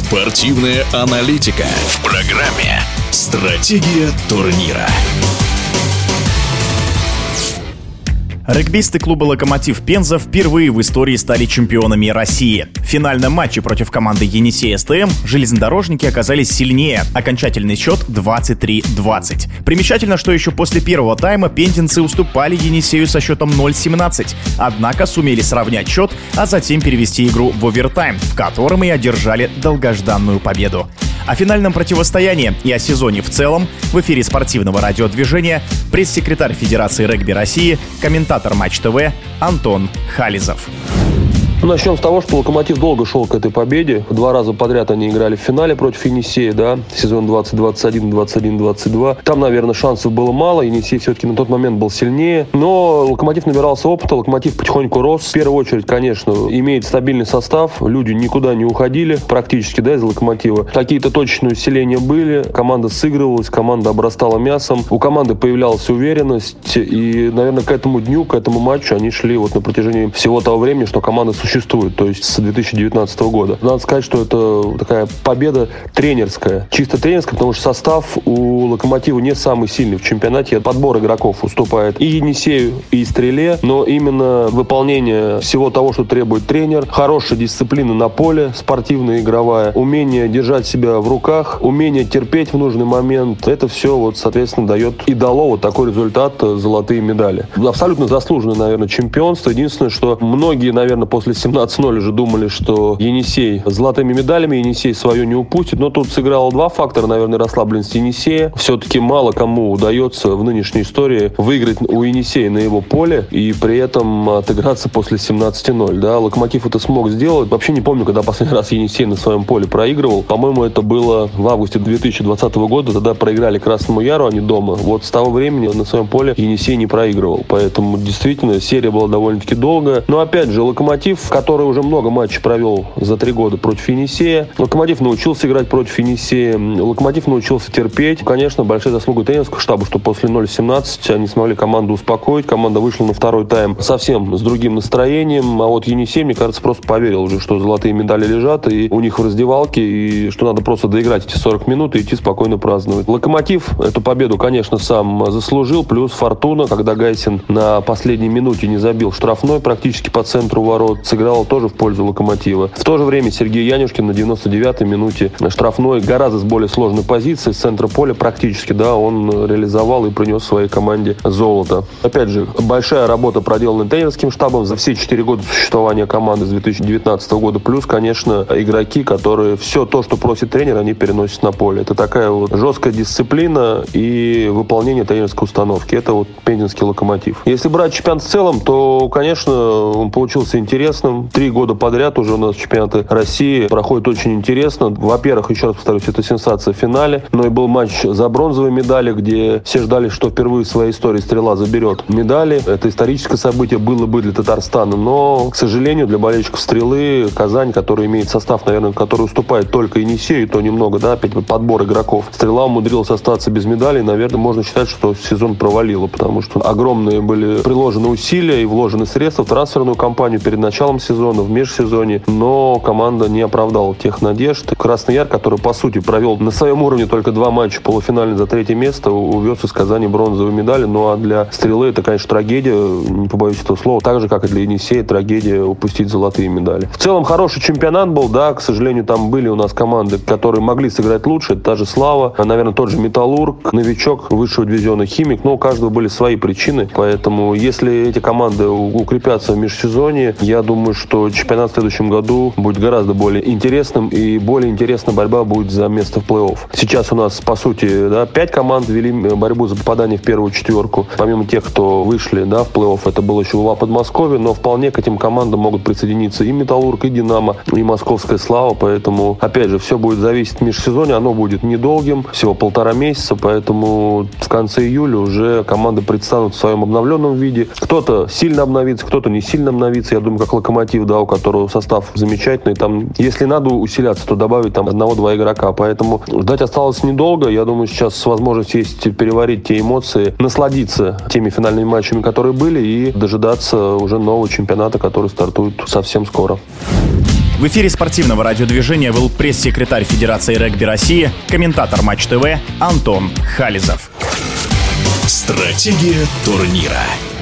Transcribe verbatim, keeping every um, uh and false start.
Спортивная аналитика в программе «Стратегия турнира». Регбисты клуба «Локомотив» Пенза впервые в истории стали чемпионами России. В финальном матче против команды «Енисей СТМ» железнодорожники оказались сильнее. Окончательный счет двадцать три двадцать. Примечательно, что еще после первого тайма пензенцы уступали «Енисею» со счетом ноль семнадцать. Однако сумели сравнять счет, а затем перевести игру в овертайм, в котором и одержали долгожданную победу. О финальном противостоянии и о сезоне в целом в эфире спортивного радиодвижения пресс-секретарь Федерации регби России, комментатор Матч ТВ Антон Хализов. Начнем с того, что «Локомотив» долго шел к этой победе. Два раза подряд они играли в финале против «Енисея», да, сезон двадцать двадцать один, двадцать один двадцать два. Там, наверное, шансов было мало. «Енисей» все-таки на тот момент был сильнее. Но «Локомотив» набирался опыта, «Локомотив» потихоньку рос. В первую очередь, конечно, имеет стабильный состав. Люди никуда не уходили практически, да, из «Локомотива». Какие-то точечные усиления были. Команда сыгрывалась, команда обрастала мясом. У команды появлялась уверенность. И, наверное, к этому дню, к этому матчу они шли вот на протяжении всего того времени, что команда существует. Существует, то есть с две тысячи девятнадцатого года. Надо сказать, что это такая победа тренерская. Чисто тренерская, потому что состав у «Локомотива» не самый сильный в чемпионате. Подбор игроков уступает и «Енисею», и «Стреле», но именно выполнение всего того, что требует тренер, хорошая дисциплина на поле, спортивная, игровая, умение держать себя в руках, умение терпеть в нужный момент, это все, вот, соответственно, дает и дало вот такой результат — золотые медали. Абсолютно заслуженное, наверное, чемпионство. Единственное, что многие, наверное, после семнадцать ноль уже думали, что «Енисей» с золотыми медалями, «Енисей» свое не упустит. Но тут сыграло два фактора, наверное, расслабленность «Енисея». Все-таки мало кому удается в нынешней истории выиграть у «Енисея» на его поле и при этом отыграться после семнадцать ноль. Да? «Локомотив» это смог сделать. Вообще не помню, когда последний раз «Енисей» на своем поле проигрывал. По-моему, это было в августе две тысячи двадцатого года. Тогда проиграли Красному Яру, они дома. Вот с того времени на своем поле «Енисей» не проигрывал. Поэтому действительно серия была довольно-таки долгая. Но опять же, «Локомотив», который уже много матчей провел за три года против «Енисея». «Локомотив» научился играть против «Енисея». «Локомотив» научился терпеть. Конечно, большая заслуга тренерского штаба, что после ноль семнадцать они смогли команду успокоить. Команда вышла на второй тайм совсем с другим настроением. А вот «Енисей», мне кажется, просто поверил уже, что золотые медали лежат и у них в раздевалке, и что надо просто доиграть эти сорок минут и идти спокойно праздновать. «Локомотив» эту победу, конечно, сам заслужил. Плюс «Фортуна», когда Гайсин на последней минуте не забил штрафной практически по центру ворот, сыграл тоже в пользу «Локомотива». В то же время Сергей Янюшкин на девяносто девятой минуте штрафной гораздо с более сложной позиции, с центра поля практически, да, он реализовал и принес своей команде золото. Опять же, большая работа проделана тренерским штабом за все четыре года существования команды с две тысячи девятнадцатого года. Плюс, конечно, игроки, которые все то, что просит тренер, они переносят на поле. Это такая вот жесткая дисциплина и выполнение тренерской установки. Это вот пензенский «Локомотив». Если брать чемпионат в целом, то, конечно, он получился интересным. Три года подряд уже у нас чемпионаты России проходят очень интересно. Во-первых, еще раз повторюсь, это сенсация в финале. Но и был матч за бронзовые медали, где все ждали, что впервые в своей истории «Стрела» заберет медали. Это историческое событие было бы для Татарстана. Но, к сожалению, для болельщиков «Стрелы» Казань, который имеет состав, наверное, который уступает только «Енисею», и то немного, да, опять подбор игроков. «Стрела» умудрилась остаться без медалей. Наверное, можно считать, что сезон провалила, потому что огромные были приложены усилия и вложены средства в трансферную кампанию перед началом сезона, в межсезонье, но команда не оправдала тех надежд. Красный Яр, который, по сути, провел на своем уровне только два матча полуфинальных за третье место, увез из Казани бронзовые медали. Ну а для «Стрелы» это, конечно, трагедия, не побоюсь этого слова, так же, как и для «Енисея» трагедия упустить золотые медали. В целом, хороший чемпионат был, да, к сожалению, там были у нас команды, которые могли сыграть лучше, это та же «Слава», наверное, тот же «Металлург», новичок высшего дивизиона «Химик», но у каждого были свои причины, поэтому если эти команды укрепятся в межсезонье, я думаю, что чемпионат в следующем году будет гораздо более интересным, и более интересная борьба будет за место в плей-офф. Сейчас у нас, по сути, да, пять команд вели борьбу за попадание в первую четверку. Помимо тех, кто вышли, да, в плей-офф, это было еще УВА Подмосковье, но вполне к этим командам могут присоединиться и «Металлург», и «Динамо», и «Московская Слава», поэтому, опять же, все будет зависеть в межсезонье, оно будет недолгим, всего полтора месяца, поэтому в конце июля уже команды предстанут в своем обновленном виде. Кто-то сильно обновится, кто-то не сильно обновится, я думаю, как «Локомотив», да, у которого состав замечательный, там, если надо усиляться, то добавить там одного-два игрока, поэтому ждать осталось недолго, я думаю, сейчас возможность есть переварить те эмоции, насладиться теми финальными матчами, которые были, и дожидаться уже нового чемпионата, который стартует совсем скоро. В эфире спортивного радиодвижения был пресс-секретарь Федерации регби России, комментатор Матч ТВ Антон Хализов. Стратегия турнира.